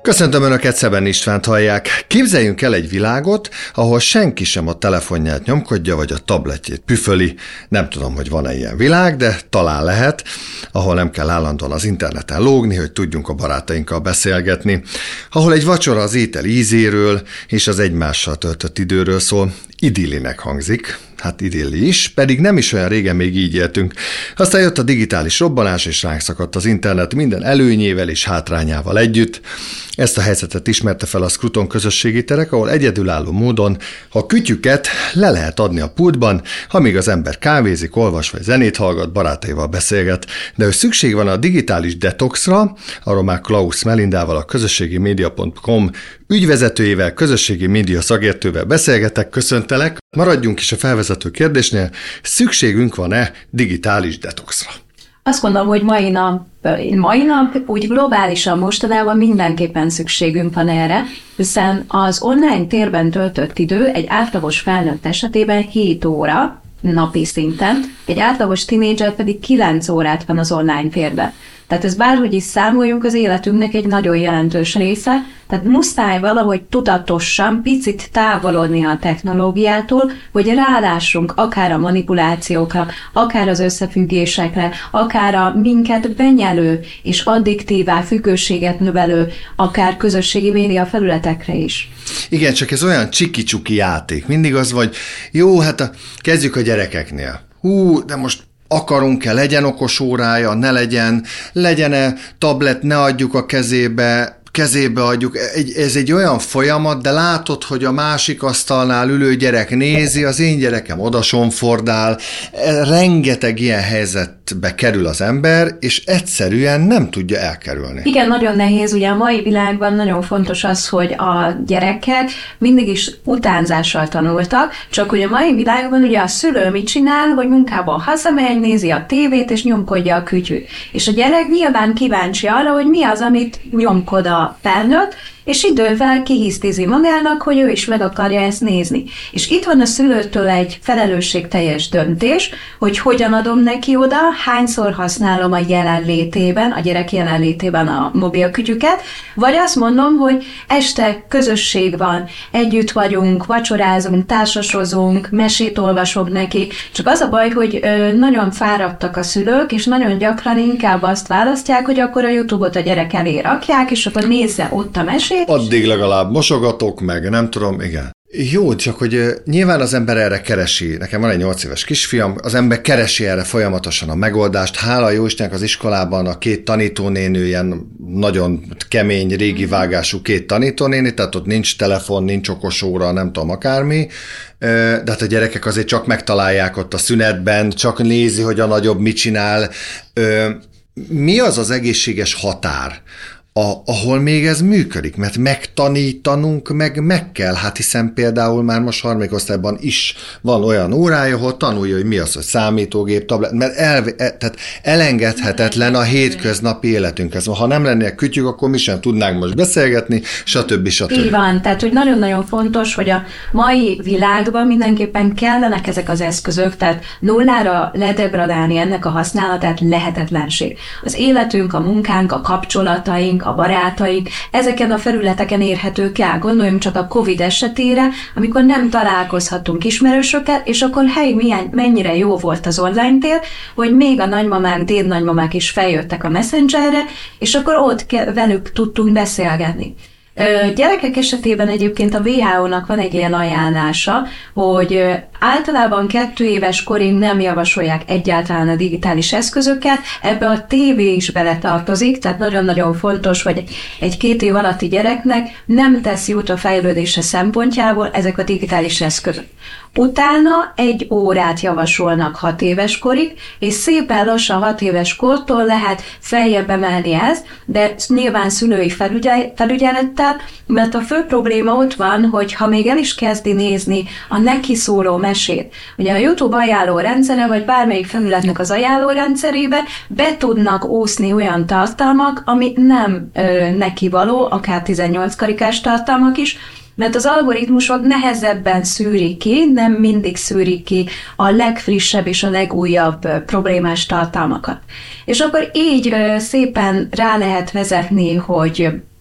Köszöntöm Önöket, Szeben Istvánt hallják. Képzeljünk el egy világot, ahol senki sem a telefonját nyomkodja, vagy a tabletjét püföli. Nem tudom, hogy van-e ilyen világ, de talán lehet, ahol nem kell állandóan az interneten lógni, hogy tudjunk a barátainkkal beszélgetni. Ahol egy vacsora az étel ízéről és az egymással töltött időről szól. Idillinek hangzik. Hát idilli is, pedig nem is olyan régen még így éltünk. Aztán jött a digitális robbanás, és ránk szakadt az internet minden előnyével és hátrányával együtt. Ezt a helyzetet ismerte fel a Scruton közösségi terek, ahol egyedülálló módon a kütyüket le lehet adni a pultban, amíg az ember kávézik, olvas vagy zenét hallgat, barátaival beszélget. De hogy szükség van a digitális detoxra, arról már Klaus Melindával, a közösségimédia.com ügyvezetőjével, közösségi média szakértővel beszélgetek, köszöntelek. Maradjunk is a felvezető kérdésnél, szükségünk van-e digitális detoxra? Azt gondolom, hogy mai nap úgy globálisan mostanában mindenképpen szükségünk van erre, hiszen az online térben töltött idő egy átlagos felnőtt esetében 7 óra napi szinten, egy átlagos tinédzser pedig 9 órát van az online térben. Tehát ez bárhogy is számoljunk, az életünknek egy nagyon jelentős része, tehát muszáj valahogy tudatosan picit távolodni a technológiától, hogy rálássunk akár a manipulációkra, akár az összefüggésekre, akár a minket benyelő és addiktívá függőséget növelő, akár közösségi média felületekre is. Igen, csak ez olyan csiki-csuki játék. Mindig az vagy, jó, hát kezdjük a gyerekeknél. De most akarunk-e, legyen okos órája, ne legyen-e tablet, ne adjuk a kezébe adjuk. Ez egy olyan folyamat, de látod, hogy a másik asztalnál ülő gyerek nézi, az én gyerekem odasonfordál, rengeteg ilyen helyzetbe kerül az ember, és egyszerűen nem tudja elkerülni. Igen, nagyon nehéz, ugye a mai világban nagyon fontos az, hogy a gyerekek mindig is utánzással tanultak, csak hogy a mai világban ugye a szülő mit csinál, hogy munkából hazamegy, nézi a tévét, és nyomkodja a kütyűt. És a gyerek nyilván kíváncsi arra, hogy mi az, amit nyomkod a felnőtt, és idővel kihisztizi magának, hogy ő is meg akarja ezt nézni. És itt van a szülőtől egy felelősségteljes döntés, hogy hogyan adom neki oda, hányszor használom a jelenlétében, a gyerek jelenlétében a mobilkütyüket, vagy azt mondom, hogy este közösség van, együtt vagyunk, vacsorázunk, társasozunk, mesét olvasok neki. Csak az a baj, hogy nagyon fáradtak a szülők, és nagyon gyakran inkább azt választják, hogy akkor a YouTube-ot a gyerek elé rakják, és akkor nézze ott a mesét. Addig legalább mosogatok meg, nem tudom, igen. Jó, csak hogy nyilván az ember erre keresi, nekem van egy 8 éves kisfiam, az ember keresi erre folyamatosan a megoldást. Hála jó Istennek az iskolában a 2 tanítónéni, ilyen nagyon kemény, régi vágású 2 tanítónéni, tehát ott nincs telefon, nincs okos óra, nem tudom, akármi, de hát a gyerekek azért csak megtalálják ott a szünetben, csak nézi, hogy a nagyobb mit csinál. Mi az az egészséges határ, ahol még ez működik, mert megtanítanunk meg kell, hát hiszen például már most 3. osztályban is van olyan órája, ahol tanulja, hogy mi az, hogy számítógép, tablet, mert tehát elengedhetetlen a hétköznapi életünkhez. Ha nem lennének kütyük, akkor mi sem tudnánk most beszélgetni, stb. Így van, tehát hogy nagyon-nagyon fontos, hogy a mai világban mindenképpen kellenek ezek az eszközök, tehát nullára ledegradálni ennek a használatát lehetetlenség. Az életünk, a munkánk, a kapcsolataink, a barátaink, ezeken a felületeken érhetők el. Gondoljunk csak a Covid esetére, amikor nem találkozhatunk ismerősökkel, és akkor mennyire jó volt az online tér, hogy még a nagymamák, dédnagymamák is feljöttek a Messengerre, és akkor ott velük tudtunk beszélgetni. Gyerekek esetében egyébként a WHO-nak van egy ilyen ajánlása, hogy általában 2 éves korig nem javasolják egyáltalán a digitális eszközöket, ebbe a tévé is beletartozik, tehát nagyon-nagyon fontos, hogy egy 2 év alatti gyereknek nem tesz jót a fejlődése szempontjából ezek a digitális eszközök. Utána 1 órát javasolnak 6 éves korig, és szépen lassan 6 éves kortól lehet feljebb emelni ezt, de nyilván szülői felügyelettel, mert a fő probléma ott van, hogy ha még el is kezdi nézni a neki szóló mesét, ugye a YouTube ajánló rendszere, vagy bármelyik felületnek az ajánló rendszerébe be tudnak úszni olyan tartalmak, ami nem neki való, akár 18 karikás tartalmak is, mert az algoritmusok nehezebben szűrik ki, nem mindig szűrik ki a legfrissebb és a legújabb problémás tartalmakat. És akkor így szépen rá lehet vezetni, hogy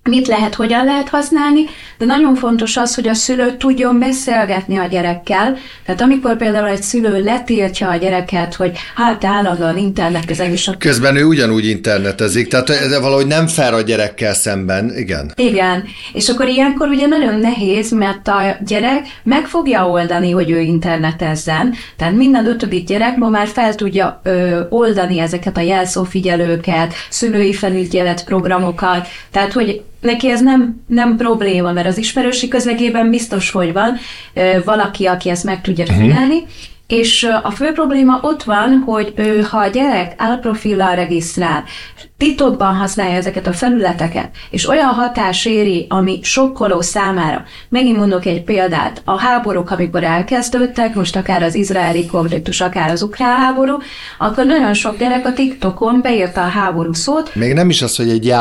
mit lehet, hogyan lehet használni, de nagyon fontos az, hogy a szülő tudjon beszélgetni a gyerekkel. Tehát amikor például egy szülő letiltja a gyereket, hogy hát állandóan internetezek, és közben ő ugyanúgy internetezik, tehát ez valahogy nem fair a gyerekkel szemben, igen. Igen, és akkor ilyenkor ugye nagyon nehéz, mert a gyerek meg fogja oldani, hogy ő internetezzen, tehát minden 5. gyerek ma már fel tudja oldani ezeket a jelszófigyelőket, szülői felügyelet programokat, tehát hogy neki ez nem probléma, mert az ismerősi közegében biztos, hogy van valaki, aki ezt meg tudja figyelni, és a fő probléma ott van, hogy ha a gyerek álprofillal regisztrál, titokban használja ezeket a felületeket, és olyan hatás éri, ami sokkoló számára. Megint mondok egy példát. A háborúk, amikor elkezdődtek, most akár az izraeli konfliktus, akár az ukrán háború, akkor nagyon sok gyerek a TikTokon beírta a háború szót. Még nem is az, hogy egy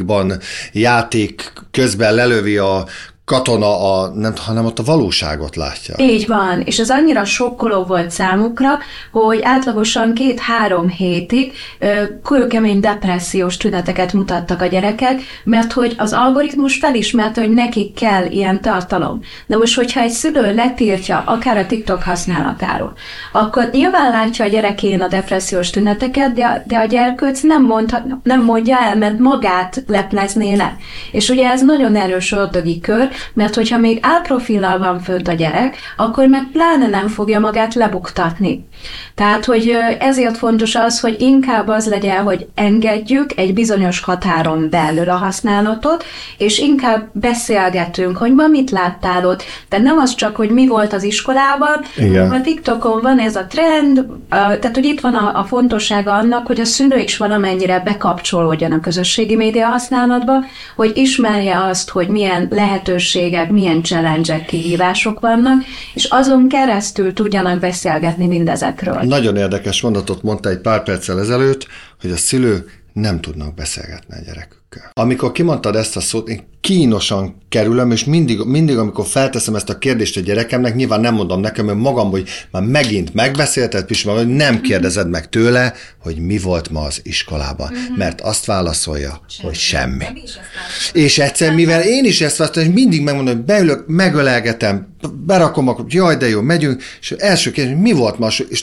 játék közben lelövi a katona, hanem ott a valóságot látja. Így van, és ez annyira sokkoló volt számukra, hogy átlagosan 2-3 hétig kőkemény depressziós tüneteket mutattak a gyerekek, mert hogy az algoritmus felismerte, hogy nekik kell ilyen tartalom. De most, hogyha egy szülő letiltja akár a TikTok használatáról, akkor nyilván látja a gyerekén a depressziós tüneteket, de a gyerkőc nem mondja el, mert magát leplezné le. És ugye ez nagyon erős ördögi kör, mert hogyha még álprofillal van fönt a gyerek, akkor meg pláne nem fogja magát lebuktatni. Tehát, hogy ezért fontos az, hogy inkább az legyen, hogy engedjük egy bizonyos határon belül a használatot, és inkább beszélgetünk, hogy ma mit láttál ott. De nem az csak, hogy mi volt az iskolában, igen. A TikTokon van ez a trend, tehát, hogy itt van a fontossága annak, hogy a szülő is valamennyire bekapcsolódjon a közösségi média használatba, hogy ismerje azt, hogy milyen lehetőségek, milyen challenge-ek, kihívások vannak, és azon keresztül tudjanak beszélgetni mindezekről. Nagyon érdekes mondatot mondta egy pár perccel ezelőtt, hogy a szülők nem tudnak beszélgetni a gyerekükkel. Amikor kimondtad ezt a szót, én kínosan kerülöm, és mindig, amikor felteszem ezt a kérdést a gyerekemnek, nyilván nem mondom nekem, mert magam, hogy már megint megbeszélted, Pisi, hogy nem kérdezed meg tőle, hogy mi volt ma az iskolában. Mert azt válaszolja, hogy semmi. És egyszer, mivel én is ezt válaszolom, mindig megmondom, hogy beülök, megölelgetem, berakom, akkor jaj, de jó, megyünk, és első kérdés, hogy mi volt ma, és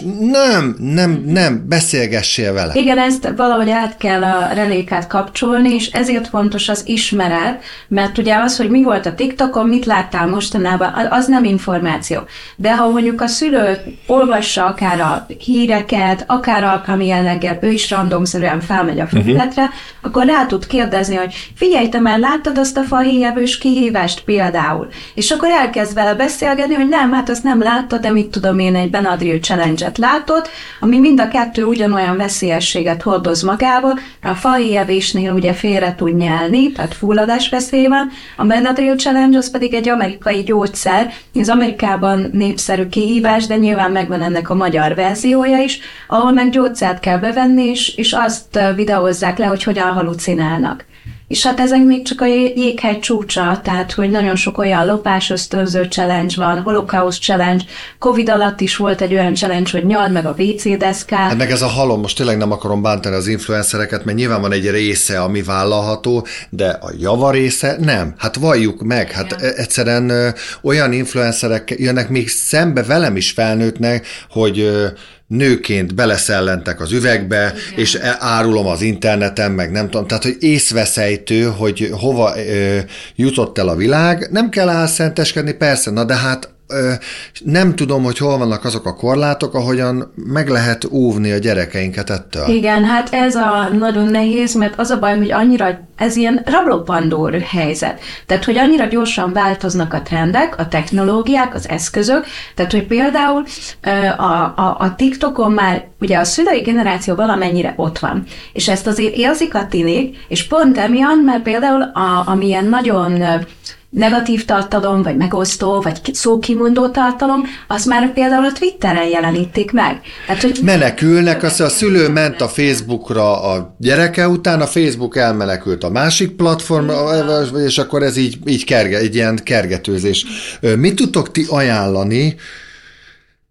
nem, beszélgessél vele. Igen, ezt valahogy át kell a relékát kapcsolni, és ezért fontos az ismeret, mert ugye az, hogy mi volt a TikTokon, mit láttál mostanában, az nem információ. De ha mondjuk a szülő olvassa akár a híreket, akár alkalmi jelleggel, ő is randomszerűen felmegy a felületre, akkor rá tud kérdezni, hogy figyelj, te már láttad azt a fahéjevős kihívást például. És akkor elkezd vele beszélgetni, hogy nem, hát azt nem láttad, de mit tudom én, egy Benadryl challenge-et látott, ami mind a kettő ugyanolyan veszélyességet hordoz magával. A fahéjevésnél ugye félre tud nyelni, tehát fulladás veszély van. A Benadryl challenge az pedig egy amerikai gyógyszer, az Amerikában népszerű kihívás, de nyilván megvan ennek a magyar verziója is, ahol meg gyógyszert kell bevenni, és azt videózzák le, hogy hogyan halucinálnak. És hát ezek még csak a jéghegy csúcsa, tehát hogy nagyon sok olyan lopás ösztönző challenge van, holocaust challenge, Covid alatt is volt egy olyan challenge, hogy nyald meg a WC deszkát. Hát meg ez a halom, most tényleg nem akarom bántani az influencereket, mert nyilván van egy része, ami vállalható, de a java része nem. Hát valljuk meg, hát egyszerűen olyan influencerek jönnek még szembe velem is felnőttnek, hogy nőként beleszellentek az üvegbe, igen, és árulom az interneten, meg nem tudom, tehát, hogy észveszejtő, hogy hova jutott el a világ, nem kell álszenteskedni, persze, na de hát nem tudom, hogy hol vannak azok a korlátok, ahogyan meg lehet óvni a gyerekeinket ettől. Igen, hát ez a nagyon nehéz, mert az a baj, hogy annyira, ez ilyen rablópandúr helyzet. Tehát, hogy annyira gyorsan változnak a trendek, a technológiák, az eszközök, tehát, hogy például a TikTokon már ugye a szülői generáció valamennyire ott van. És ezt azért érzik a tinik, és pont emiatt, mert például amilyen nagyon negatív tartalom, vagy megosztó, vagy szókimondó tartalom, azt már például a Twitteren jelenítik meg. Tehát, hogy menekülnek, azt a szülő ment a Facebookra a gyereke után, a Facebook elmenekült a másik platformra, és akkor ez így egy ilyen kergetőzés. Mit tudtok ti ajánlani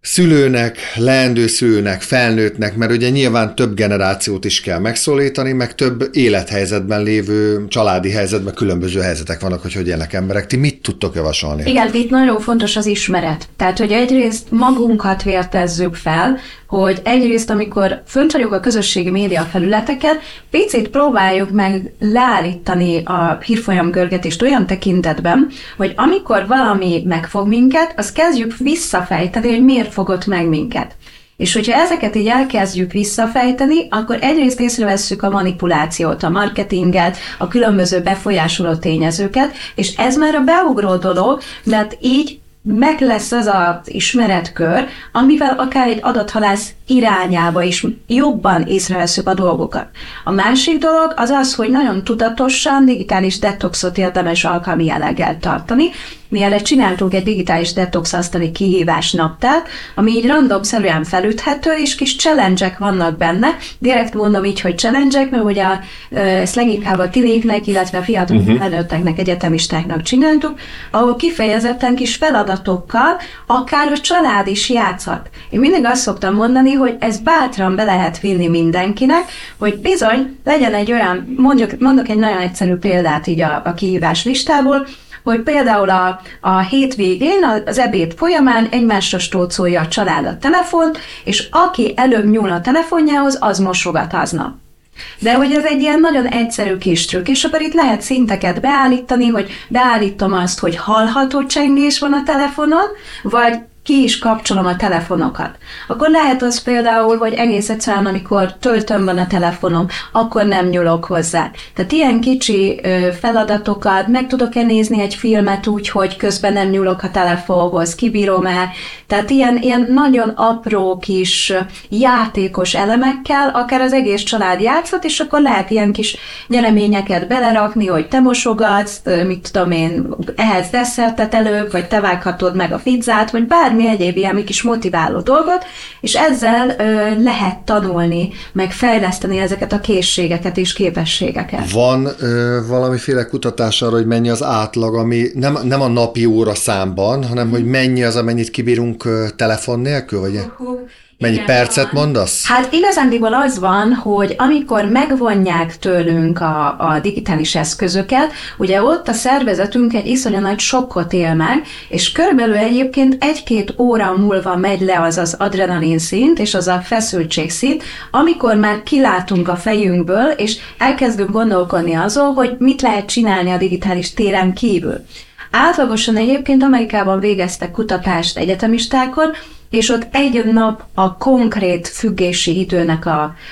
szülőnek, leendő szülőnek, felnőttnek, mert ugye nyilván több generációt is kell megszólítani, meg több élethelyzetben lévő, családi helyzetben különböző helyzetek vannak, hogy élnek emberek. Ti mit tudtok javasolni? Igen, itt nagyon fontos az ismeret. Tehát, hogy egyrészt magunkat vértezzük fel, hogy egyrészt, amikor fönt vagyunk a közösségi média felületeken, picit próbáljuk meg leállítani a hírfolyamgörgetést olyan tekintetben, hogy amikor valami megfog minket, azt kezdjük visszafejteni, hogy miért fogott meg minket. És hogyha ezeket így elkezdjük visszafejteni, akkor egyrészt észrevesszük a manipulációt, a marketinget, a különböző befolyásoló tényezőket, és ez már a beugró dolog, mert így meg lesz az az ismeretkör, amivel akár egy adathalász irányába is jobban észrevesszük a dolgokat. A másik dolog az az, hogy nagyon tudatosan digitális detoxot érdemes alkalmi jelleggel tartani. Mi erre csináltunk egy digitális detox asztali kihívás naptárt, ami így randomszerűen felüthető, és kis challenge-ek vannak benne. Direkt mondom így, hogy challenge-ek, mert ugye ezt leginkább a tinéknek, illetve fiatal felnőtteknek, egyetemistáknak csináltuk, ahol kifejezetten kis feladatokkal akár a család is játszhat. Én mindig azt szoktam mondani, hogy ez bátran be lehet vinni mindenkinek, hogy bizony legyen egy olyan, mondok egy nagyon egyszerű példát így a kihívás listából, hogy például a hétvégén, az ebéd folyamán egymásra stócolja a család a telefont, és aki előbb nyúl a telefonjához, az mosogat aznap. De hogy ez egy ilyen nagyon egyszerű kis trükk, és akkor itt lehet szinteket beállítani, hogy beállítom azt, hogy hallható csengés van a telefonon, vagy ki is kapcsolom a telefonokat. Akkor lehet az például, hogy egész egyszerűen, amikor töltöm van a telefonom, akkor nem nyúlok hozzá. Tehát ilyen kicsi feladatokat, meg tudok-e nézni egy filmet úgy, hogy közben nem nyúlok a telefonhoz, kibírom el. Tehát ilyen nagyon apró kis játékos elemekkel, akár az egész család játszott, és akkor lehet ilyen kis nyereményeket belerakni, hogy te mosogatsz, mit tudom én, ehhez desszertet előbb, vagy te vághatod meg a pizzát, vagy bármi egyéb ilyen kis motiváló dolgot, és ezzel lehet tanulni, meg fejleszteni ezeket a készségeket és képességeket. Van valamiféle kutatás arra, hogy mennyi az átlag, ami nem a napi óra számban, hanem hogy mennyi az, amennyit kibírunk telefon nélkül, vagy mennyi percet mondasz? Hát igazándiból az van, hogy amikor megvonják tőlünk a digitális eszközöket, ugye ott a szervezetünk egy iszonyú nagy sokkot él meg, és körülbelül egyébként 1-2 óra múlva megy le az az adrenalin szint, és az a feszültség szint, amikor már kilátunk a fejünkből, és elkezdünk gondolkodni azon, hogy mit lehet csinálni a digitális téren kívül. Átlagosan egyébként Amerikában végeztek kutatást egyetemistákon, és ott egy nap a konkrét függési időnek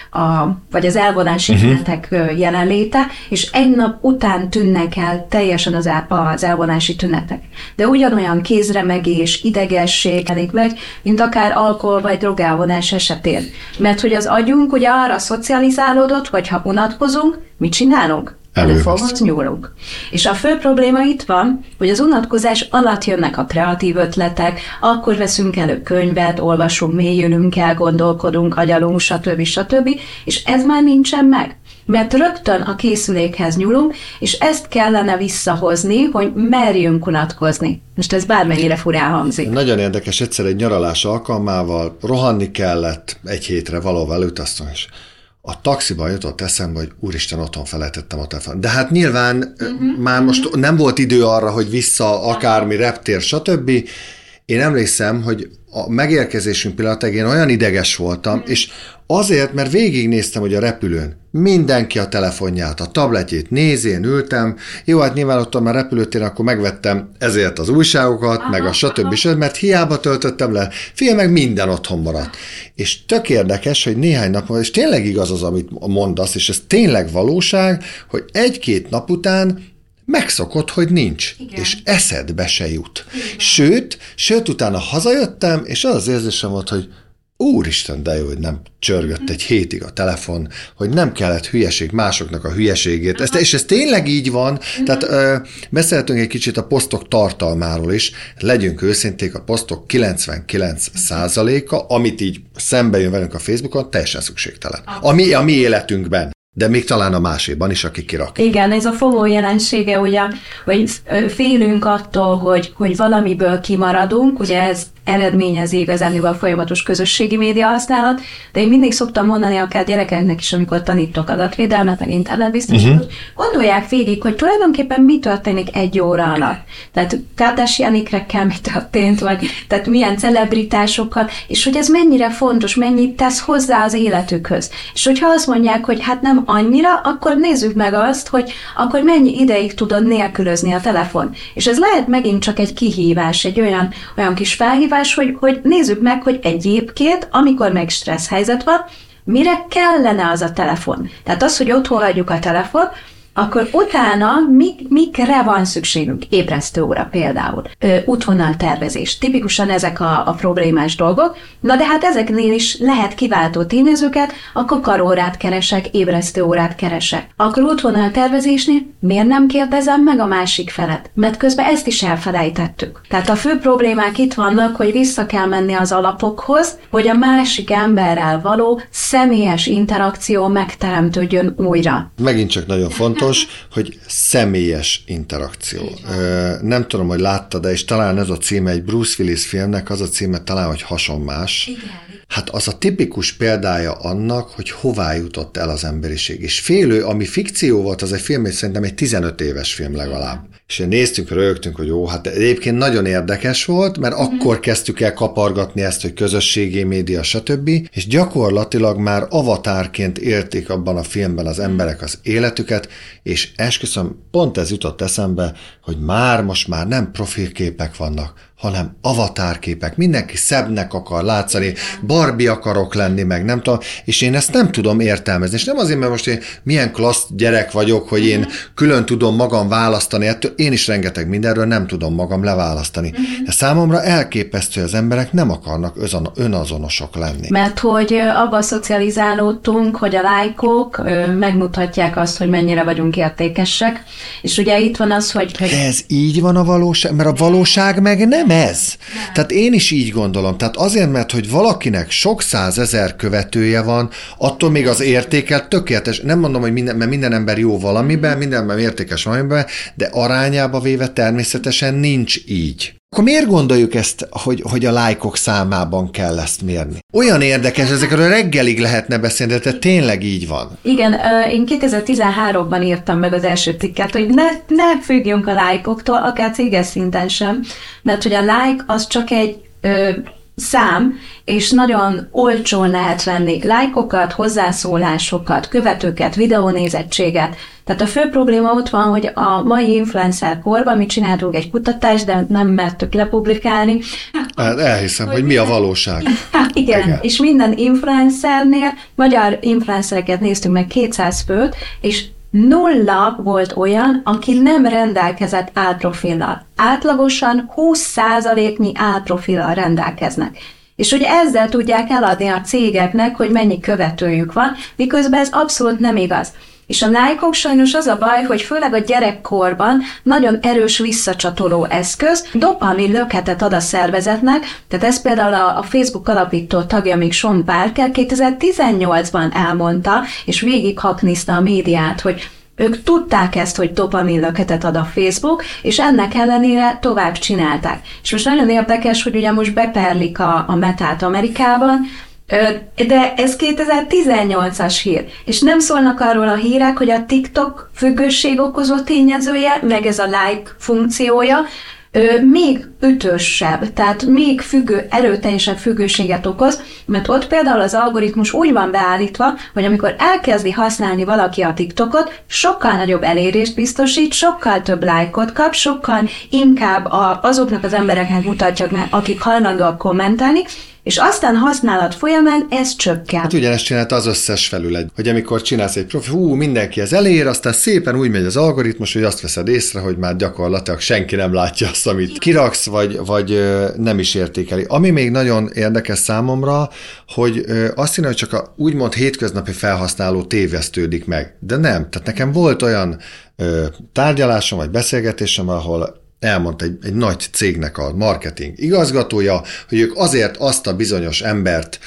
vagy az elvonási tünetek jelenléte, és egy nap után tűnnek el teljesen az elvonási tünetek. De ugyanolyan kézremegés, idegesség elég meg, mint akár alkohol vagy drogelvonás esetén. Mert hogy az agyunk ugye arra szocializálódott, hogy ha unatkozunk, mit csinálunk? Előfoghoz nyúlunk. És a fő probléma itt van, hogy az unatkozás alatt jönnek a kreatív ötletek, akkor veszünk elő könyvet, olvasunk, mélyülünk el, gondolkodunk, agyalunk, stb. És ez már nincsen meg. Mert rögtön a készülékhez nyúlunk, és ezt kellene visszahozni, hogy merjünk unatkozni. Most ez bármennyire furán hangzik. Nagyon érdekes, egyszer egy nyaralás alkalmával rohanni kellett egy hétre valahol elutaztam, és a taxiban jutott eszembe, hogy úristen, otthon felejtettem a telefon. De hát nyilván már most nem volt idő arra, hogy vissza akármi reptér, stb. Én emlékszem, hogy a megérkezésünk pillanatában én olyan ideges voltam, és azért, mert végignéztem, hogy a repülőn mindenki a telefonját, a tabletjét nézén ültem. Jó, hát nyilván ott a repülőtéren akkor megvettem ezért az újságokat, meg a stb. Mert hiába töltöttem le, meg minden otthon maradt. És tök érdekes, hogy néhány nap, és tényleg igaz az, amit mondasz, és ez tényleg valóság, hogy 1-2 nap után megszokott, hogy nincs, igen. És eszedbe se jut. Sőt, utána hazajöttem, és az érzésem volt, hogy úristen, de jó, hogy nem csörgött egy hétig a telefon, hogy nem kellett hülyeség másoknak a hülyeségét. És ez tényleg így van, tehát beszéltünk egy kicsit a posztok tartalmáról is, legyünk őszinték, a posztok 99%-a, amit így szembe jön velünk a Facebookon, teljesen szükségtelen. A mi életünkben. De még talán a máséban is, aki kirak. Igen, ez a FOMO jelensége, ugye, hogy félünk attól, hogy valamiből kimaradunk, ugye ez eredményezi igazán a folyamatos közösségi média használat, de én mindig szoktam mondani akár gyerekeknek is, amikor tanítok adatvédelmet, meg internetbiztonságot, gondolják végig, hogy tulajdonképpen mi történik egy óra alatt. Tehát Kardashianikre mi történt, vagy tehát milyen celebritásokkal, és hogy ez mennyire fontos, mennyit tesz hozzá az életükhöz. És hogyha azt mondják, hogy hát nem annyira, akkor nézzük meg azt, hogy akkor mennyi ideig tudod nélkülözni a telefon. És ez lehet megint csak egy kihívás, egy olyan kis felhívás, hogy nézzük meg, hogy egyébként, amikor meg stressz helyzet van, mire kellene az a telefon. Tehát az, hogy otthon hagyjuk a telefon, akkor utána mikre van szükségünk? Ébresztő óra például, útvonal tervezés. Tipikusan ezek a problémás dolgok. Na de hát ezeknél is lehet kiváltó tényezőket, akkor karórát keresek, ébresztő órát keresek. Akkor útvonal tervezésnél miért nem kérdezem meg a másik felet? Mert közben ezt is elfelejtettük. Tehát a fő problémák itt vannak, hogy vissza kell menni az alapokhoz, hogy a másik emberrel való személyes interakció megteremtődjön újra. Megint csak nagyon fontos, hogy személyes interakció. Nem tudom, hogy láttad, de és talán ez a címe egy Bruce Willis filmnek, az a címe talán, hogy Hasonmás. Igen. Hát az a tipikus példája annak, hogy hová jutott el az emberiség. És Félő, ami fikció volt, az egy film, és szerintem egy 15 éves film legalább. És néztünk, rögtünk, hogy jó, hát egyébként nagyon érdekes volt, mert akkor kezdtük el kapargatni ezt, hogy közösségi média, stb. És gyakorlatilag már avatárként élték abban a filmben az emberek az életüket, és esküszöm, pont ez jutott eszembe, hogy most már nem profilképek vannak, hanem avatárképek. Mindenki szebbnek akar látszani, Barbie akarok lenni, meg nem tudom, és én ezt nem tudom értelmezni. És nem azért, mert most én milyen klassz gyerek vagyok, hogy én külön tudom magam választani, ettől én is rengeteg mindenről nem tudom magam leválasztani. De számomra elképesztő, hogy az emberek nem akarnak önazonosok lenni. Mert hogy abba szocializálódtunk, hogy a lájkok megmutatják azt, hogy mennyire vagyunk értékesek, és ugye itt van az, hogy... De ez így van a valóság, mert a valóság meg nem ez. Tehát én is így gondolom. Tehát azért, mert hogy valakinek sok százezer követője van, attól még az értéket tökéletes. Nem mondom, hogy mert minden ember jó valamiben, minden ember értékes valamiben, de arányába véve természetesen nincs így. Akkor miért gondoljuk ezt, hogy a lájkok számában kell ezt mérni? Olyan érdekes, ezekről reggelig lehetne beszélni, de tényleg így van. Igen, én 2013-ban írtam meg az első cikket, hogy ne függjünk a lájkoktól, akár céges szinten sem, mert hogy a lájk az csak egy szám, és nagyon olcsón lehet venni lájkokat, hozzászólásokat, követőket, videónézettséget. Tehát a fő probléma ott van, hogy a mai influencer korban mi csináltunk egy kutatást, de nem mertük lepublikálni. Hát elhiszem, hogy mi a valóság. Igen, és minden influencernél, magyar influencereket néztünk meg 200 főt, és 0 volt olyan, aki nem rendelkezett álprofillal. Átlagosan 20%-nyi álprofillal rendelkeznek. És hogy ezzel tudják eladni a cégeknek, hogy mennyi követőjük van, miközben ez abszolút nem igaz. És a lájkok sajnos az a baj, hogy főleg a gyerekkorban nagyon erős visszacsatoló eszköz, dopamin löketet ad a szervezetnek, tehát ez például a Facebook alapító tagja, még Sean Parker 2018-ban elmondta, és végighakniszta a médiát, hogy ők tudták ezt, hogy dopamin löketet ad a Facebook, és ennek ellenére tovább csinálták. És most nagyon érdekes, hogy ugye most beperlik a Metát Amerikában, de ez 2018-as hír, és nem szólnak arról a hírek, hogy a TikTok függőség okozó tényezője, meg ez a like funkciója, még ütősebb, tehát még erőteljesebb függőséget okoz, mert ott például az algoritmus úgy van beállítva, hogy amikor elkezdi használni valaki a TikTokot, sokkal nagyobb elérést biztosít, sokkal több lájkot kap, sokkal inkább azoknak az embereknek mutatja meg, akik hajlandóak kommentálni, és aztán használat folyamán ez csökken. Hát ugyanezt csinálta az összes felület, hogy amikor csinálsz egy profi, mindenki ez elér, aztán szépen úgy megy az algoritmus, hogy azt veszed észre, hogy már gyakorlatilag senki nem látja azt, amit kiraksz, vagy nem is értékeli. Ami még nagyon érdekes számomra, hogy azt hinni, hogy csak a úgymond hétköznapi felhasználó tévesztődik meg. De nem. Tehát nekem volt olyan tárgyalásom, vagy beszélgetésem, ahol elmondta egy nagy cégnek a marketing igazgatója, hogy ők azért azt a bizonyos embert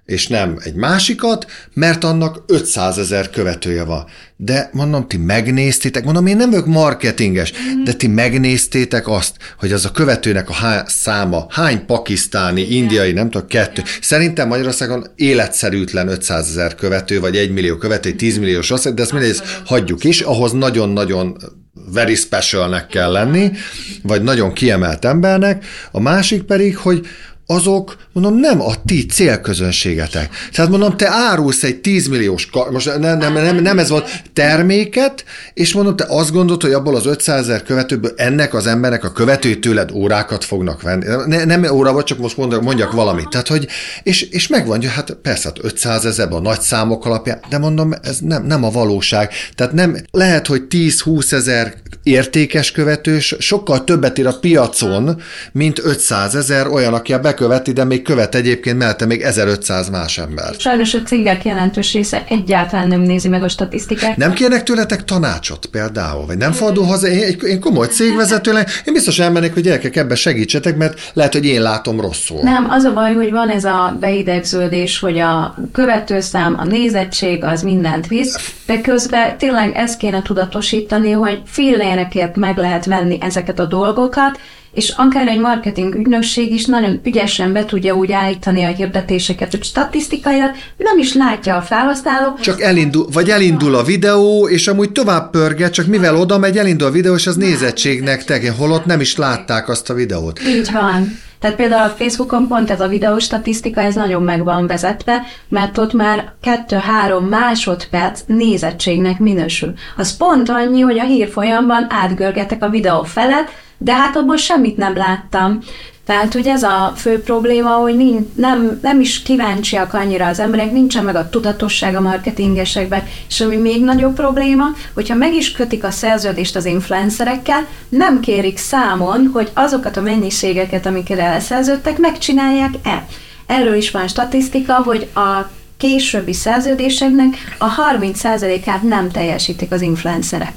és nem egy másikat, mert annak 500 000 követője van. De mondom, ti megnéztétek, mondom, én nem vagyok marketinges, de ti megnéztétek azt, hogy az a követőnek a száma, hány pakisztáni, indiai, nem tudom, 2. Szerintem Magyarországon életszerűtlen 500 000 követő, vagy 1 millió követő, 10 milliós ország, de ezt mindegy, hagyjuk is, ahhoz nagyon-nagyon very specialnek kell lenni, vagy nagyon kiemelt embernek. A másik pedig, hogy azok, mondom, nem a ti célközönségetek. Tehát mondom, te árulsz egy 10 milliós, most nem ez volt, terméket, és mondom, te azt gondolod, hogy abból az 500 000 követőből ennek az embernek a követői tőled órákat fognak venni. Nem óra, csak most mondjak valamit. Tehát, hogy, és megvan, hogy hát persze, 500 000 a nagy számok alapján, de mondom, ez nem a valóság. Tehát nem, lehet, hogy 10-20 000 értékes követős sokkal többet ír a piacon, mint 500 000 olyan, aki a követi, de még követ egyébként mellette még 1500 más ember. Sajnos a cégek jelentős része egyáltalán nem nézi meg a statisztikát. Nem kérnek tőletek tanácsot például? Vagy nem fordul haza? Én komoly cégvezetőnek, én biztos elmennék, hogy gyerekek, ebben segítsetek, mert lehet, hogy én látom rosszul. Nem, az a baj, hogy van ez a beidegződés, hogy a követőszám, a nézettség az mindent visz, de közben tényleg ezt kéne tudatosítani, hogy fillérekért meg lehet venni ezeket a dolgokat, és akár egy marketing ügynökség is nagyon ügyesen be tudja úgy állítani a hirdetéseket, hogy statisztikailag nem is látja a felhasználó. Csak elindul a videó, és amúgy tovább pörget, csak mivel oda megy, elindul a videó, és az nézettségnek tegyen, holott nem is látták azt a videót. Így van. Tehát például a Facebookon pont ez a videóstatisztika, ez nagyon meg van vezetve, mert ott már 2-3 másodperc nézettségnek minősül. Az pont annyi, hogy a hírfolyamban átgörgetek a videó felett, de hát abból semmit nem láttam. Tehát, hogy ez a fő probléma, hogy nem is kíváncsiak annyira az emberek, nincsen meg a tudatosság a marketingesekben, és ami még nagyobb probléma, hogyha meg is kötik a szerződést az influencerekkel, nem kérik számon, hogy azokat a mennyiségeket, amiket elszerződtek, megcsinálják-e. Erről is van statisztika, hogy a későbbi szerződéseknek a 30%-át nem teljesítik az influencerek.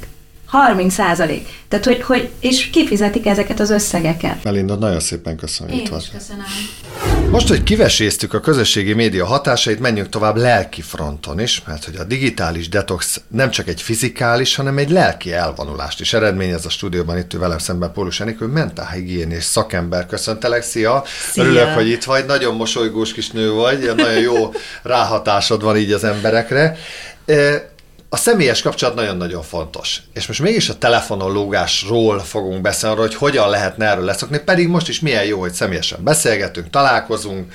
30%. Tehát, hogy és kifizetik ezeket az összegeket. Melinda, nagyon szépen köszönöm, hogy itt vagy. Én is köszönöm. Most, hogy kiveséztük a közösségi média hatásait, menjünk tovább lelki fronton is, mert hogy a digitális detox nem csak egy fizikális, hanem egy lelki elvonulást is eredményez. A stúdióban itt velem szemben Pólus Enikő, mentálhigiénés szakember. Köszöntelek, szia! Örülök, hogy itt vagy, nagyon mosolygós kis nő vagy, nagyon jó ráhatásod van így az emberekre. A személyes kapcsolat nagyon-nagyon fontos. És most mégis a telefonon lógásról fogunk beszélni, hogy hogyan lehetne erről leszokni, pedig most is milyen jó, hogy személyesen beszélgetünk, találkozunk,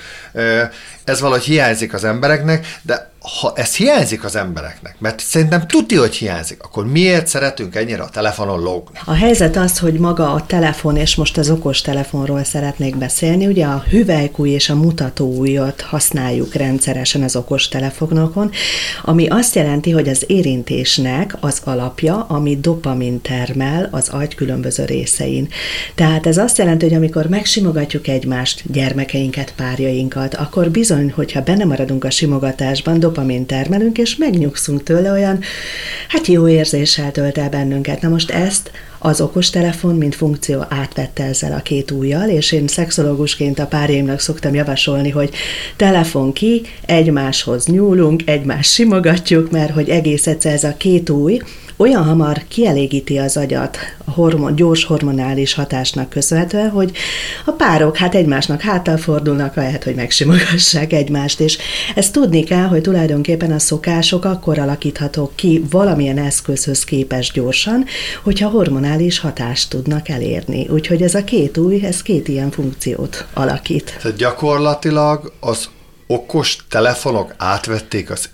ez valahogy hiányzik az embereknek, de ha ez hiányzik az embereknek, mert szerintem tuti, hogy hiányzik, akkor miért szeretünk ennyire a telefonon lógni? A helyzet az, hogy maga a telefon, és most az okos telefonról szeretnék beszélni, ugye a hüvelykúj és a mutatóujjat használjuk rendszeresen az okos telefonokon, ami azt jelenti, hogy az érintésnek az alapja, ami dopamin termel az agy különböző részein. Tehát ez azt jelenti, hogy amikor megsimogatjuk egymást, gyermekeinket, párjainkat, akkor bizony, hogyha benne maradunk a simogatásban, dopamin termelünk, és megnyugszunk tőle, olyan, hát jó érzéssel tölt el bennünket. Na most ezt az okostelefon, mint funkció átvette ezzel a 2 ujjal, és én szexológusként a párjaimnak szoktam javasolni, hogy telefon ki, egymáshoz nyúlunk, egymást simogatjuk, mert hogy egész egyszer ez a 2 ujj olyan hamar kielégíti az agyat a gyors hormonális hatásnak köszönhetően, hogy a párok hát egymásnak háttal fordulnak, ahelyett, hogy megsimogassák egymást, és ezt tudni kell, hogy tulajdonképpen a szokások akkor alakíthatók ki valamilyen eszközhöz képest gyorsan, hogyha hormonális hatást tudnak elérni. Úgyhogy ez a 2 ujj, ez 2 ilyen funkciót alakít. Tehát gyakorlatilag az okos telefonok átvették az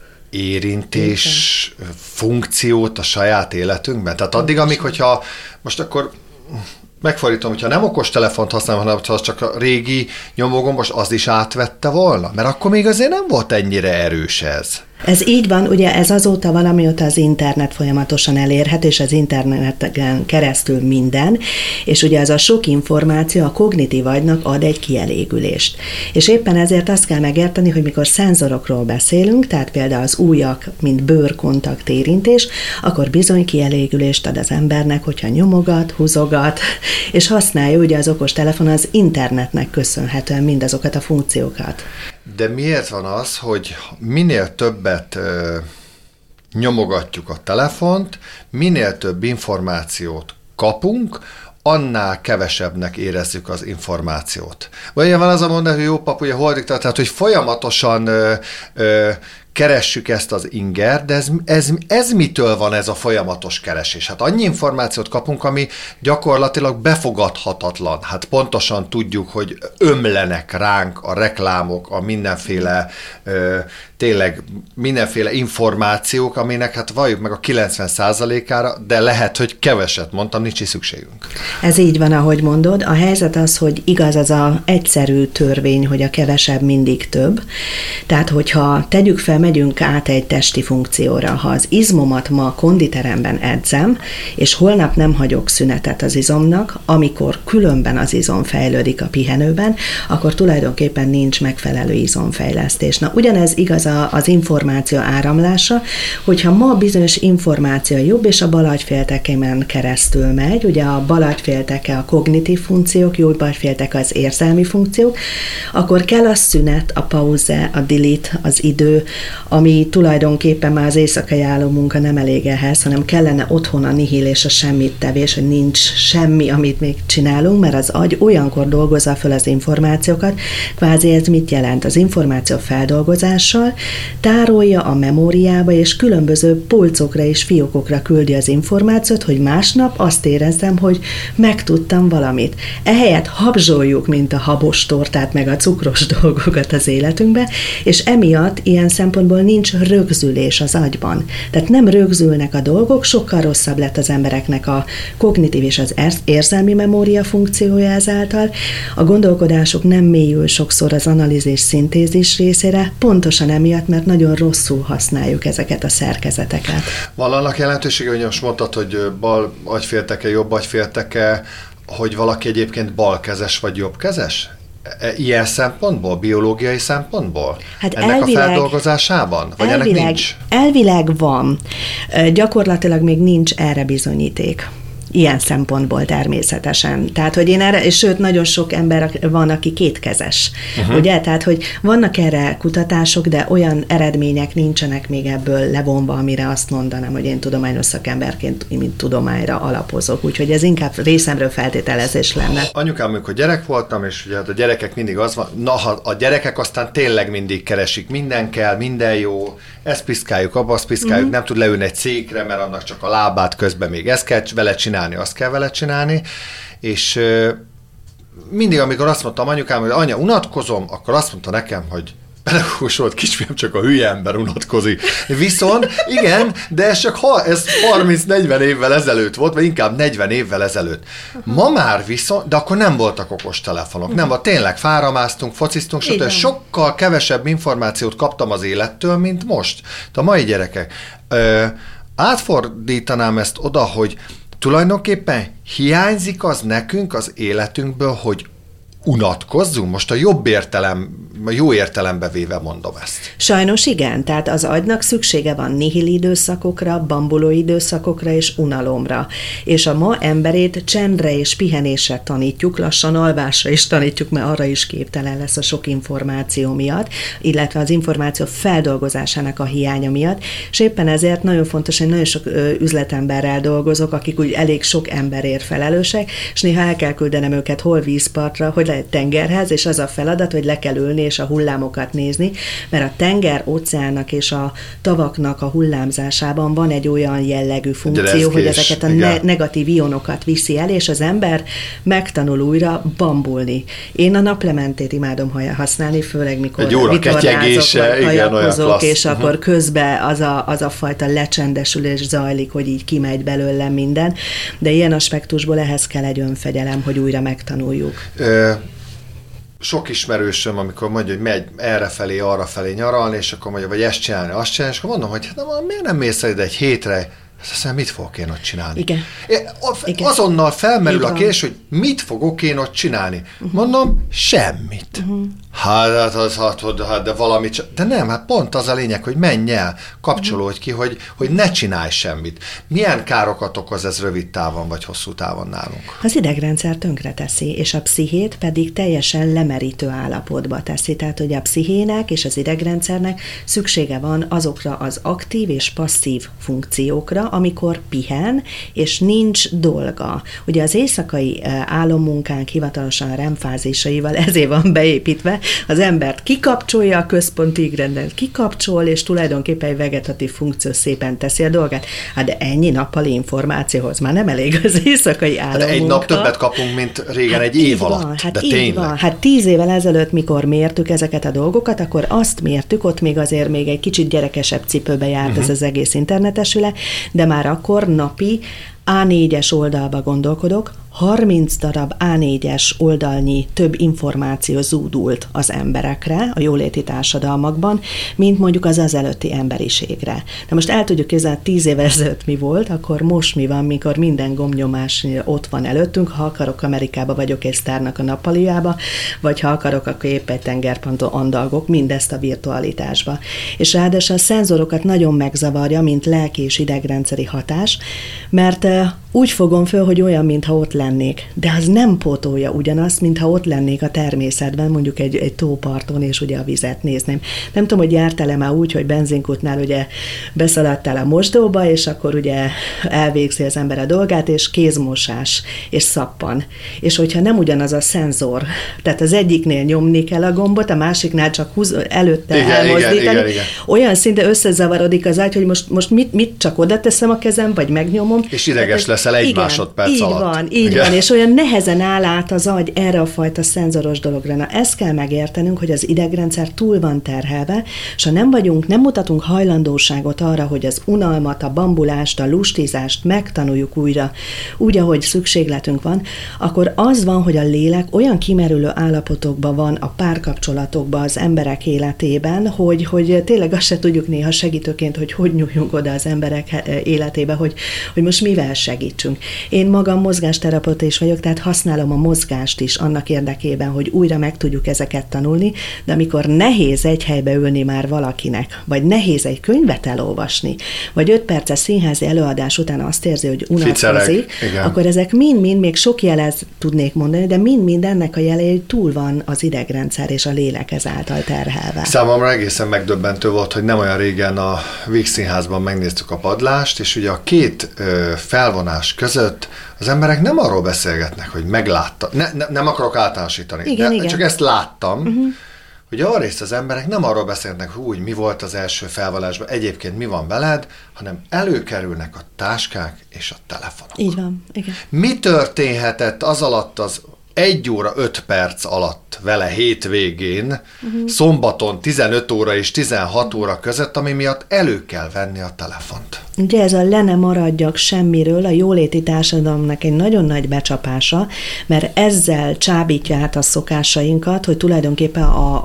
érintés funkciót a saját életünkben? Tehát addig, amíg, hogyha most akkor megfordítom, hogyha nem okos telefont használom, hanem ha csak a régi nyomógombos, az is átvette volna? Mert akkor még azért nem volt ennyire erős ez. Ez így van, ugye ez azóta van, amióta az internet folyamatosan elérhető, és az interneten keresztül minden, és ugye az a sok információ a kognitív agynak ad egy kielégülést. És éppen ezért azt kell megérteni, hogy mikor szenzorokról beszélünk, tehát például az ujjak, mint bőrkontakt érintés, akkor bizony kielégülést ad az embernek, hogyha nyomogat, húzogat, és használja ugye az okostelefon az internetnek köszönhetően mindazokat a funkciókat. De miért van az, hogy minél többet nyomogatjuk a telefont, minél több információt kapunk, annál kevesebbnek érezzük az információt. Vagy van az a mondat, hogy jó pap, ugye hordikta, tehát hogy folyamatosan keressük ezt az ingert, de ez mitől van ez a folyamatos keresés? Hát annyi információt kapunk, ami gyakorlatilag befogadhatatlan. Hát pontosan tudjuk, hogy ömlenek ránk a reklámok, a mindenféle tényleg mindenféle információk, aminek hát valljuk meg a 90%-ára, de lehet, hogy keveset mondtam, nincs is szükségünk. Ez így van, ahogy mondod. A helyzet az, hogy igaz az az egyszerű törvény, hogy a kevesebb mindig több. Tehát, hogyha tegyük fel, megyünk át egy testi funkcióra, ha az izmomat ma konditeremben edzem, és holnap nem hagyok szünetet az izomnak, amikor különben az izom fejlődik a pihenőben, akkor tulajdonképpen nincs megfelelő izomfejlesztés. Na, ugyanez igaz az információ áramlása, hogyha ma bizonyos információ jobb és a bal agyféltekemen keresztül megy, ugye a bal agyfélteke a kognitív funkciók, jobb agyfélteke az érzelmi funkciók, akkor kell a szünet, a pauze, a delete, az idő, ami tulajdonképpen már az éjszakai álló munka nem elég ehhez, hanem kellene otthon a nihil és a semmit tevés, hogy nincs semmi, amit még csinálunk, mert az agy olyankor dolgozza föl az információkat, kvázi ez mit jelent? Az információ feldolgozással tárolja a memóriába, és különböző polcokra és fiókokra küldi az információt, hogy másnap azt érezzem, hogy megtudtam valamit. Ehelyett habzsoljuk, mint a habos tortát, meg a cukros dolgokat az életünkben, és emiatt ilyen szempontból nincs rögzülés az agyban. Tehát nem rögzülnek a dolgok, sokkal rosszabb lett az embereknek a kognitív és az érzelmi memória funkciója ezáltal. A gondolkodásuk nem mélyül sokszor az analízis szintézis részére, pontosan emiatt, mert nagyon rosszul használjuk ezeket a szerkezeteket. Van annak jelentősége, hogy most mondtad, hogy bal agyfélteke, jobb agyfélteke, hogy valaki egyébként balkezes vagy jobbkezes? Ilyen szempontból, biológiai szempontból? Hát ennek elvileg, a feldolgozásában? Vagy ennek nincs? Elvileg van. Gyakorlatilag még nincs erre bizonyíték. Ilyen szempontból természetesen. Tehát, hogy én erre, és sőt, nagyon sok ember van, aki kétkezes. Ugye? Tehát, hogy vannak erre kutatások, de olyan eredmények nincsenek még ebből levonva, amire azt mondanám, hogy én tudományos szakemberként, mint tudományra alapozok. Úgyhogy ez inkább részemről feltételezés lenne. Anyukám, amikor gyerek voltam, és ugye a gyerekek mindig az van, na, a gyerekek aztán tényleg mindig keresik, minden kell, minden jó, ezt piszkáljuk, abba azt piszkáljuk, nem tud leülni egy székre, mert annak csak a lábát közben még ezt kell vele csinálni, azt kell vele csinálni, és mindig, amikor azt mondtam anyukám, hogy anya, unatkozom, akkor azt mondta nekem, hogy pedagógus volt, kisfiam, csak a hülye ember unatkozik. Viszont, igen, de ez csak ez 30-40 évvel ezelőtt volt, vagy inkább 40 évvel ezelőtt. Ma már viszont, de akkor nem voltak okostelefonok, nem volt, tényleg fáramáztunk, fociztunk, stb. Sokkal kevesebb információt kaptam az élettől, mint most. De a mai gyerekek. Átfordítanám ezt oda, hogy tulajdonképpen hiányzik az nekünk az életünkből, hogy unatkozzunk? Most a jó értelembe véve mondom ezt. Sajnos igen, tehát az agynak szüksége van nihil időszakokra, bambuló időszakokra és unalomra. És a ma emberét csendre és pihenésre tanítjuk, lassan alvásra is tanítjuk, mert arra is képtelen lesz a sok információ miatt, illetve az információ feldolgozásának a hiánya miatt, és éppen ezért nagyon fontos, hogy nagyon sok üzletemberrel dolgozok, akik úgy elég sok emberért felelősek, és néha el kell küldenem őket hol vízpartra, hogy egy tengerhez, és az a feladat, hogy le kell ülni és a hullámokat nézni, mert a tenger, óceánnak és a tavaknak a hullámzásában van egy olyan jellegű funkció, hogy ezeket a negatív ionokat viszi el, és az ember megtanul újra bambulni. Én a naplementét imádom használni, főleg mikor vitorlázok, vagy hajakozok, és akkor közben az a fajta lecsendesülés zajlik, hogy így kimegy belőlem minden, de ilyen aspektusból ehhez kell egy önfegyelem, hogy újra megtanuljuk. Sok ismerősöm, amikor mondja, hogy megy errefelé, arrafelé nyaralni, és akkor mondja, vagy ezt csinálni, azt csinálni, és akkor mondom, hogy hát miért nem mész ide egy hétre? Aztán mit fogok én ott csinálni? Igen. Azonnal felmerül a kérdés, hogy mit fogok én ott csinálni. Mondom, semmit. Hát, de valamit... De nem, hát pont az a lényeg, hogy menj el, kapcsolódj ki, hogy ne csinálj semmit. Milyen károkat okoz ez rövid távon, vagy hosszú távon nálunk? Az idegrendszer tönkre teszi, és a pszichét pedig teljesen lemerítő állapotba teszi. Tehát, hogy a pszichének és az idegrendszernek szüksége van azokra az aktív és passzív funkciókra, amikor pihen, és nincs dolga. Ugye az éjszakai álommunkánk hivatalosan a REM fázisaival ezért van beépítve, az embert kikapcsolja, a központi idegrendet kikapcsol, és tulajdonképpen egy vegetatív funkció szépen teszi a dolgát. Hát de ennyi nappali információhoz már nem elég az éjszakai álommunka. Hát egy nap többet kapunk, mint régen egy év alatt. De tényleg. Van. Hát 10 évvel ezelőtt, mikor mértük ezeket a dolgokat, akkor azt mértük, ott még azért még egy kicsit gyerekesebb cipőbe járt ez az egész internetes világ, de már akkor napi A4-es oldalba gondolkodok, 30 darab A4-es oldalnyi több információ zúdult az emberekre, a jóléti társadalmakban, mint mondjuk az előtti emberiségre. De most el tudjuk képzelni, 10 évvel ezelőtt mi volt, akkor most mi van, mikor minden gombnyomás ott van előttünk, ha akarok, Amerikába vagyok egy sztárnak a nappaliába, vagy ha akarok, akkor épp egy tengerparton andalgok, mindezt a virtualitásba. És ráadásul a szenzorokat nagyon megzavarja, mint lelki és idegrendszeri hatás, mert úgy fogom föl, hogy olyan, mintha ott lennék. De az nem pótolja ugyanazt, mintha ott lennék a természetben, mondjuk egy tóparton, és ugye a vizet nézném. Nem tudom, hogy jártál-e már úgy, hogy benzinkútnál ugye beszaladtál a mosdóba, és akkor ugye elvégzi az ember a dolgát, és kézmosás, és szappan. És hogyha nem ugyanaz a szenzor, tehát az egyiknél nyomni kell a gombot, a másiknál csak előtte elmozdítani, igen. Olyan szinte összezavarodik az agy, hogy most mit csak oda teszem a kezem, vagy megnyomom. És ideges leszel egy másodperc alatt. Így van, és olyan nehezen áll át az agy erre a fajta szenzoros dologra. Na, ezt kell megértenünk, hogy az idegrendszer túl van terhelve, és ha nem mutatunk hajlandóságot arra, hogy az unalmat, a bambulást, a lustizást megtanuljuk újra, úgy, ahogy szükségletünk van, akkor az van, hogy a lélek olyan kimerülő állapotokban van a párkapcsolatokban, az emberek életében, hogy tényleg azt se tudjuk néha segítőként, hogy nyúljunk oda az emberek életébe, hogy most mivel segítsünk. Én magam mozgásterapeuta is vagyok, tehát használom a mozgást is annak érdekében, hogy újra meg tudjuk ezeket tanulni, de amikor nehéz egy helybe ülni már valakinek, vagy nehéz egy könyvet elolvasni, vagy 5 perces színházi előadás után azt érzi, hogy unatkozik, akkor ezek mind-mind, még sok jelez tudnék mondani, de mind-mind ennek a jelei, hogy túl van az idegrendszer és a lélek ezáltal terhelve. Számomra egészen megdöbbentő volt, hogy nem olyan régen a Víg Színházban megnéztük a padlást, és ugye a két felvonás között az emberek nem arról beszélgetnek, hogy meglátta. Nem akarok általánosítani, igen. Csak ezt láttam, hogy arra részt az emberek nem arról beszélnek, hogy mi volt az első felvonásban, egyébként mi van veled, hanem előkerülnek a táskák és a telefonok. Így van, igen. Mi történhetett az alatt az 1 óra 5 perc alatt vele hétvégén, szombaton 15 óra és 16 óra között, ami miatt elő kell venni a telefont. Ugye ez a le ne maradjak semmiről a jóléti társadalomnak egy nagyon nagy becsapása, mert ezzel csábítja át a szokásainkat, hogy tulajdonképpen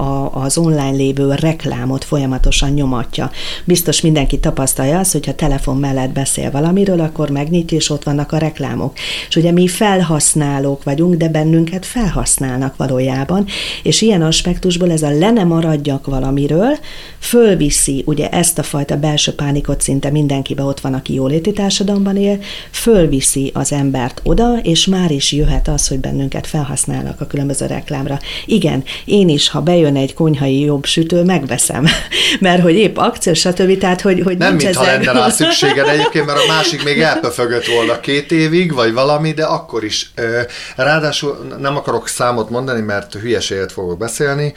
az online lévő reklámot folyamatosan nyomatja. Biztos mindenki tapasztalja azt, hogyha telefon mellett beszél valamiről, akkor megnyitja, és ott vannak a reklámok. És ugye mi felhasználók vagyunk, de bennünket felhasználnak valójában, és ilyen aspektusból ez a le ne maradjak valamiről fölviszi ugye ezt a fajta belső pánikot szinte mindenkibe ott van, aki jóléti társadalomban él, fölviszi az embert oda, és már is jöhet az, hogy bennünket felhasználnak a különböző reklámra. Igen, én is, ha bejön egy konyhai jobb sütő, megveszem, mert hogy épp akció, stb. Tehát, hogy nem mintha lenne rá szükséged egyébként, mert a másik még elpöfögött volna 2 évig, vagy valami, de akkor is. Ráadásul nem akarok számot mondani, mert hülyeséget fogok beszélni.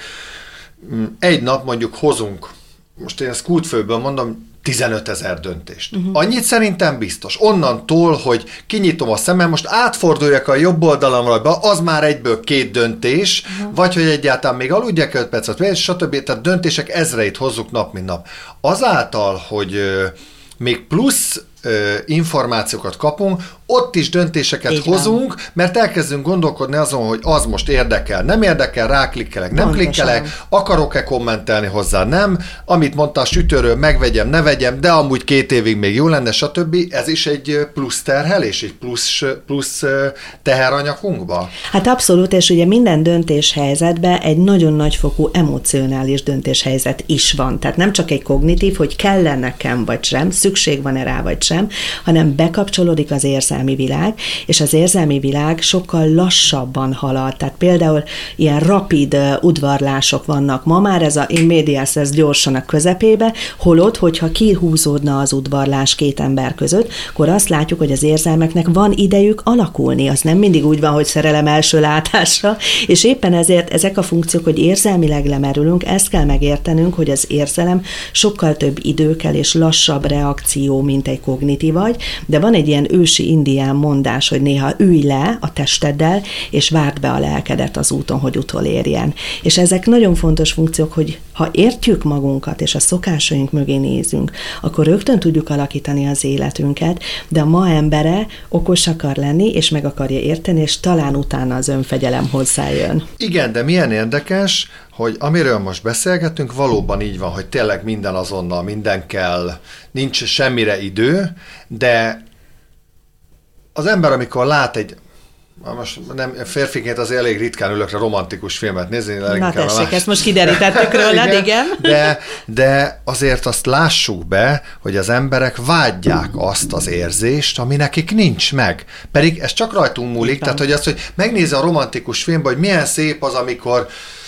Egy nap mondjuk hozunk, most én ezt kútfőből mondom, 15 000 döntést. Annyit szerintem biztos. Onnantól, hogy kinyitom a szemem, most átforduljak a jobb oldalamra, az már egyből 2 döntés, vagy hogy egyáltalán még aludjak 5 percet, stb. Tehát döntések ezreit hozzuk nap, mint nap. Azáltal, hogy még plusz információkat kapunk, ott is döntéseket hozunk, mert elkezdünk gondolkodni azon, hogy az most érdekel, nem érdekel, ráklikkelek, nem klikkelek, akarok-e kommentelni hozzá, nem, amit mondta a sütőről, megvegyem, ne vegyem, de amúgy 2 évig még jó lenne, stb. Ez is egy plusz terhelés, egy plusz teheranyagunkba? Hát abszolút, és ugye minden döntéshelyzetben egy nagyon nagyfokú emocionális döntéshelyzet is van. Tehát nem csak egy kognitív, hogy kell-e nekem vagy sem, szükség van-e rá vagy sem, hanem bekapcsolódik az érzelmi világ, és az érzelmi világ sokkal lassabban halad. Tehát például ilyen rapid udvarlások vannak ma már, ez a in medias res gyorsan a közepébe, holott, hogyha kihúzódna az udvarlás 2 ember között, akkor azt látjuk, hogy az érzelmeknek van idejük alakulni. Az nem mindig úgy van, hogy szerelem első látásra, és éppen ezért ezek a funkciók, hogy érzelmileg lemerülünk, ezt kell megértenünk, hogy az érzelem sokkal több idő kell és lassabb reakció, mint egy kognitív agy, de van egy ilyen ősi indián mondás, hogy néha ülj le a testeddel, és várd be a lelkedet az úton, hogy utolérjen. És ezek nagyon fontos funkciók, hogy ha értjük magunkat, és a szokásaink mögé nézünk, akkor rögtön tudjuk alakítani az életünket, de a ma embere okos akar lenni, és meg akarja érteni, és talán utána az önfegyelem hozzájön. Igen, de milyen érdekes, hogy amiről most beszélgetünk, valóban így van, hogy tényleg minden azonnal, minden kell, nincs semmire idő, de az ember, amikor lát egy, most nem, férfiként az elég ritkán ülök romantikus filmet nézni. Na tessék, ezt most kiderítettük rólad, igen. De azért azt lássuk be, hogy az emberek vágyják azt az érzést, ami nekik nincs meg. Pedig ez csak rajtunk múlik, tehát hogy azt, hogy megnézze a romantikus filmben, hogy milyen szép az, amikor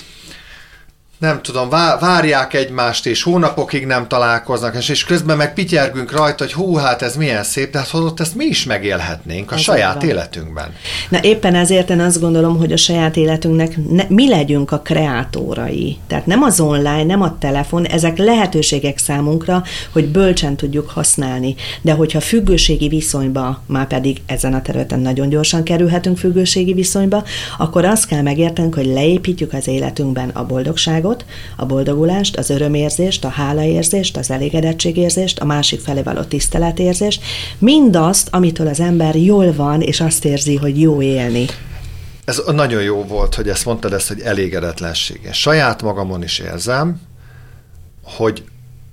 nem tudom, várják egymást, és hónapokig nem találkoznak, és közben meg pityergünk rajta, hogy hú, hát ez milyen szép, de hát holott ezt mi is megélhetnénk a saját életünkben. Na éppen ezért én azt gondolom, hogy a saját életünknek mi legyünk a kreátorai. Tehát nem az online, nem a telefon, ezek lehetőségek számunkra, hogy bölcsen tudjuk használni. De hogyha függőségi viszonyba, már pedig ezen a területen nagyon gyorsan kerülhetünk függőségi viszonyba, akkor azt kell megértenünk, hogy leépítjük az életünkben a boldogságot, a boldogulást, az örömérzést, a hálaérzést, az elégedettségérzést, a másik felé való tiszteletérzést, mindazt, amitől az ember jól van, és azt érzi, hogy jó élni. Ez nagyon jó volt, hogy ezt mondtad, ezt, hogy elégedetlenség. Én saját magamon is érzem, hogy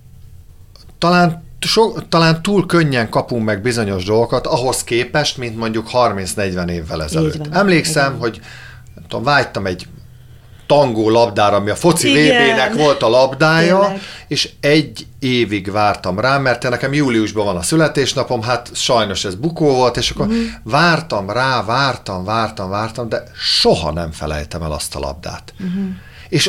talán túl könnyen kapunk meg bizonyos dolgokat ahhoz képest, mint mondjuk 30-40 évvel ezelőtt. Emlékszem, hogy nem tudom, vágytam egy tangó labdára, ami a foci VB-nek volt a labdája, tényleg. És 1 évig vártam rá, mert nekem júliusban van a születésnapom, hát sajnos ez bukó volt, és akkor vártam rá, vártam, de soha nem felejtem el azt a labdát. És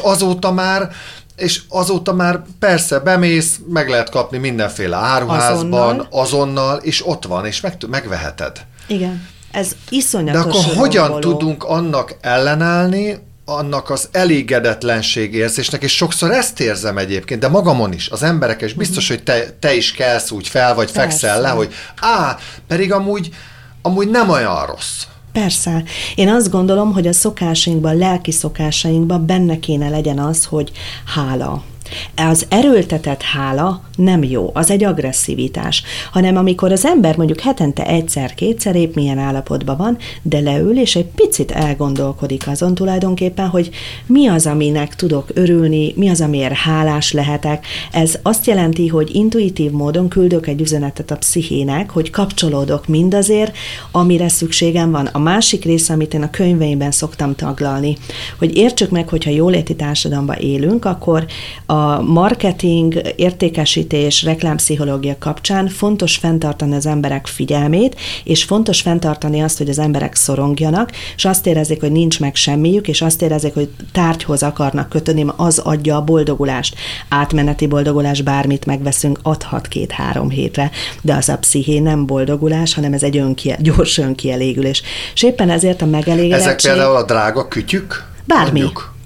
azóta már persze bemész, meg lehet kapni mindenféle áruházban, azonnal, és ott van, és megveheted. Igen, ez iszonyatos. De akkor hogyan tudunk annak ellenállni, annak az elégedetlenség érzésnek, és sokszor ezt érzem egyébként, de magamon is, az emberek, és biztos, hogy te is kelsz úgy fel, vagy fekszel le, hogy pedig amúgy nem olyan rossz. Persze. Én azt gondolom, hogy a szokásainkban, lelki szokásainkban benne kéne legyen az, hogy hála. Az erőltetett hála nem jó, az egy agresszivitás, hanem amikor az ember mondjuk hetente 1-2 épp milyen állapotban van, de leül és egy picit elgondolkodik azon tulajdonképpen, hogy mi az, aminek tudok örülni, mi az, amiért hálás lehetek. Ez azt jelenti, hogy intuitív módon küldök egy üzenetet a pszichének, hogy kapcsolódok mindazért, amire szükségem van. A másik része, amit én a könyveimben szoktam taglalni, hogy értsük meg, hogyha jóléti társadalomban élünk, akkor a marketing, értékesítés, reklámpszichológia kapcsán fontos fenntartani az emberek figyelmét, és fontos fenntartani azt, hogy az emberek szorongjanak, és azt érezzék, hogy nincs meg semmiük, és azt érezzék, hogy tárgyhoz akarnak kötődni, mert az adja a boldogulást. Átmeneti boldogulás, bármit megveszünk, adhat 2-3 hétre, de az a psziché nem boldogulás, hanem ez egy gyors önkielégülés. És éppen ezért a megelégedettség... Ezek például a drága kütyük? Bármi. Mondjuk.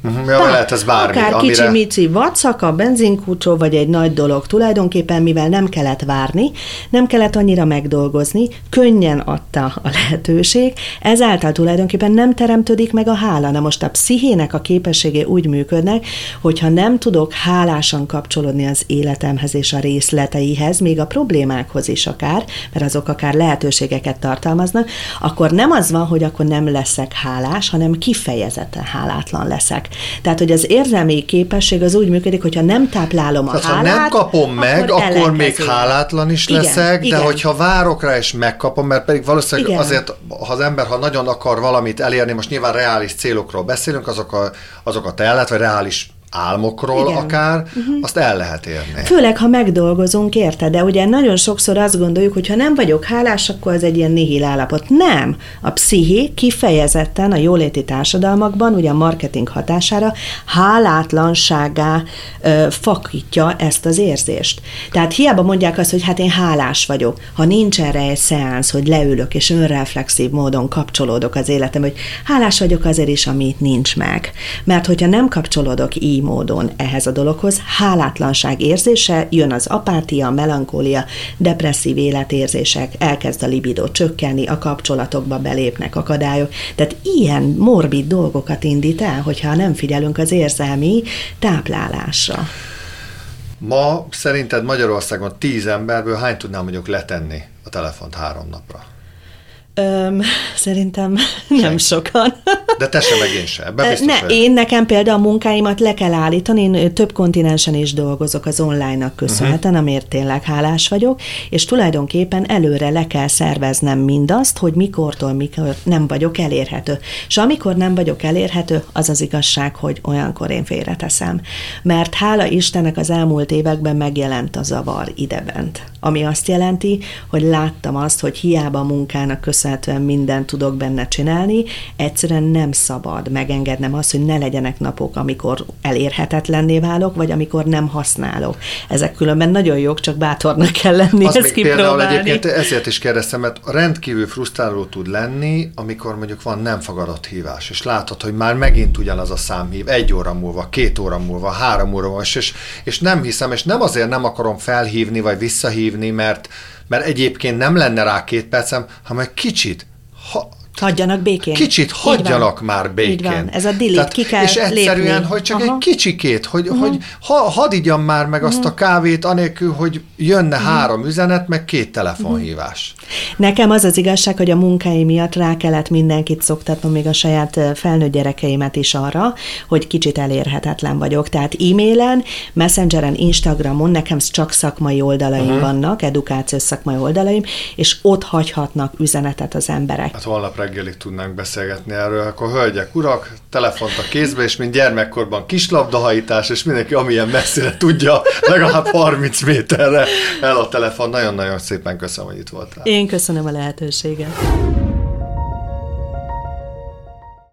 Lehet ez bármi. Akár kicsi-mici vacaka, benzinkúcsó, vagy egy nagy dolog tulajdonképpen, mivel nem kellett várni, nem kellett annyira megdolgozni, könnyen adta a lehetőség, ezáltal tulajdonképpen nem teremtődik meg a hála. Na most a pszichének a képessége úgy működnek, hogyha nem tudok hálásan kapcsolódni az életemhez és a részleteihez, még a problémákhoz is akár, mert azok akár lehetőségeket tartalmaznak, akkor nem az van, hogy akkor nem leszek hálás, hanem kifejezetten hálátlan leszek. Tehát, hogy az érzelmi képesség az úgy működik, hogyha nem táplálom a hálát, ha nem kapom meg, akkor még hálátlan is leszek, de hogyha várok rá és megkapom, mert pedig valószínűleg azért, ha az ember, ha nagyon akar valamit elérni, most nyilván reális célokról beszélünk, azokat el lehet, vagy reális álmokról akár, azt el lehet érni. Főleg, ha megdolgozunk, érted? De ugye nagyon sokszor azt gondoljuk, hogy ha nem vagyok hálás, akkor az egy ilyen nihil állapot. Nem! A psziché kifejezetten a jóléti társadalmakban, ugye a marketing hatására hálátlansággá fakítja ezt az érzést. Tehát hiába mondják azt, hogy hát én hálás vagyok, ha nincs erre egy szeánsz, hogy leülök és önreflexív módon kapcsolódok az életem, hogy hálás vagyok azért is, amit nincs meg. Mert hogyha nem kapcsolódok így módon ehhez a dologhoz, hálátlanság érzése, jön az apátia, melankólia, depresszív életérzések, elkezd a libido csökkenni, a kapcsolatokba belépnek akadályok. Tehát ilyen morbid dolgokat indít el, hogyha nem figyelünk az érzelmi táplálásra. Ma szerinted Magyarországon 10 emberből hány tudnám mondjuk letenni a telefont 3 napra? Szerintem nem sokan. De te se, meg én se. Ebben biztos én nekem például a munkáimat le kell állítani, én több kontinensen is dolgozok az online-nak köszönhetően, amiért tényleg hálás vagyok, és tulajdonképpen előre le kell szerveznem mindazt, hogy mikor nem vagyok elérhető. És amikor nem vagyok elérhető, az az igazság, hogy olyankor én félreteszem. Mert hála Istennek az elmúlt években megjelent a zavar idebent. Ami azt jelenti, hogy láttam azt, hogy hiába a munkának köszönhetően mindent tudok benne csinálni, egyszerűen nem szabad megengednem azt, hogy ne legyenek napok, amikor elérhetetlenné válok, vagy amikor nem használok. Ezek különben nagyon jók, csak bátornak kell lenni ezt kipróbálni. Például egyébként ezért is kérdeztem, mert rendkívül frusztráló tud lenni, amikor mondjuk van nem fogadott hívás, és látod, hogy már megint ugyanaz a szám hív, 1 óra múlva, 2 óra múlva, 3 óra múlva, és nem hiszem, és nem azért nem akarom felhívni, vagy visszahívni, mert egyébként nem lenne rá 2 percem, hanem egy kicsit hagyjanak békén. Kicsit hagyjanak már békén. Így van. Ez a delete, ki kell és egyszerűen, lépni. hogy csak egy kicsikét, hogy hadd igyam már meg azt a kávét, anélkül, hogy jönne 3 üzenet, meg 2 telefonhívás. Nekem az az igazság, hogy a munkáim miatt rá kellett mindenkit szoktatnom, még a saját felnőtt gyerekeimet is arra, hogy kicsit elérhetetlen vagyok. Tehát e-mailen, Messengeren, Instagramon nekem csak szakmai oldalaim vannak, edukációs szakmai oldalaim, és ott hagyhatnak üzenetet az emberek. Hát holnap reggelig tudnánk beszélgetni erről, akkor hölgyek, urak, telefont a kézbe, és mint gyermekkorban kislabdahajítás, és mindenki amilyen messzire tudja, legalább 30 méterre el a telefon. Nagyon-nagyon szépen köszönöm, hogy itt voltál. Én köszönöm a lehetőséget.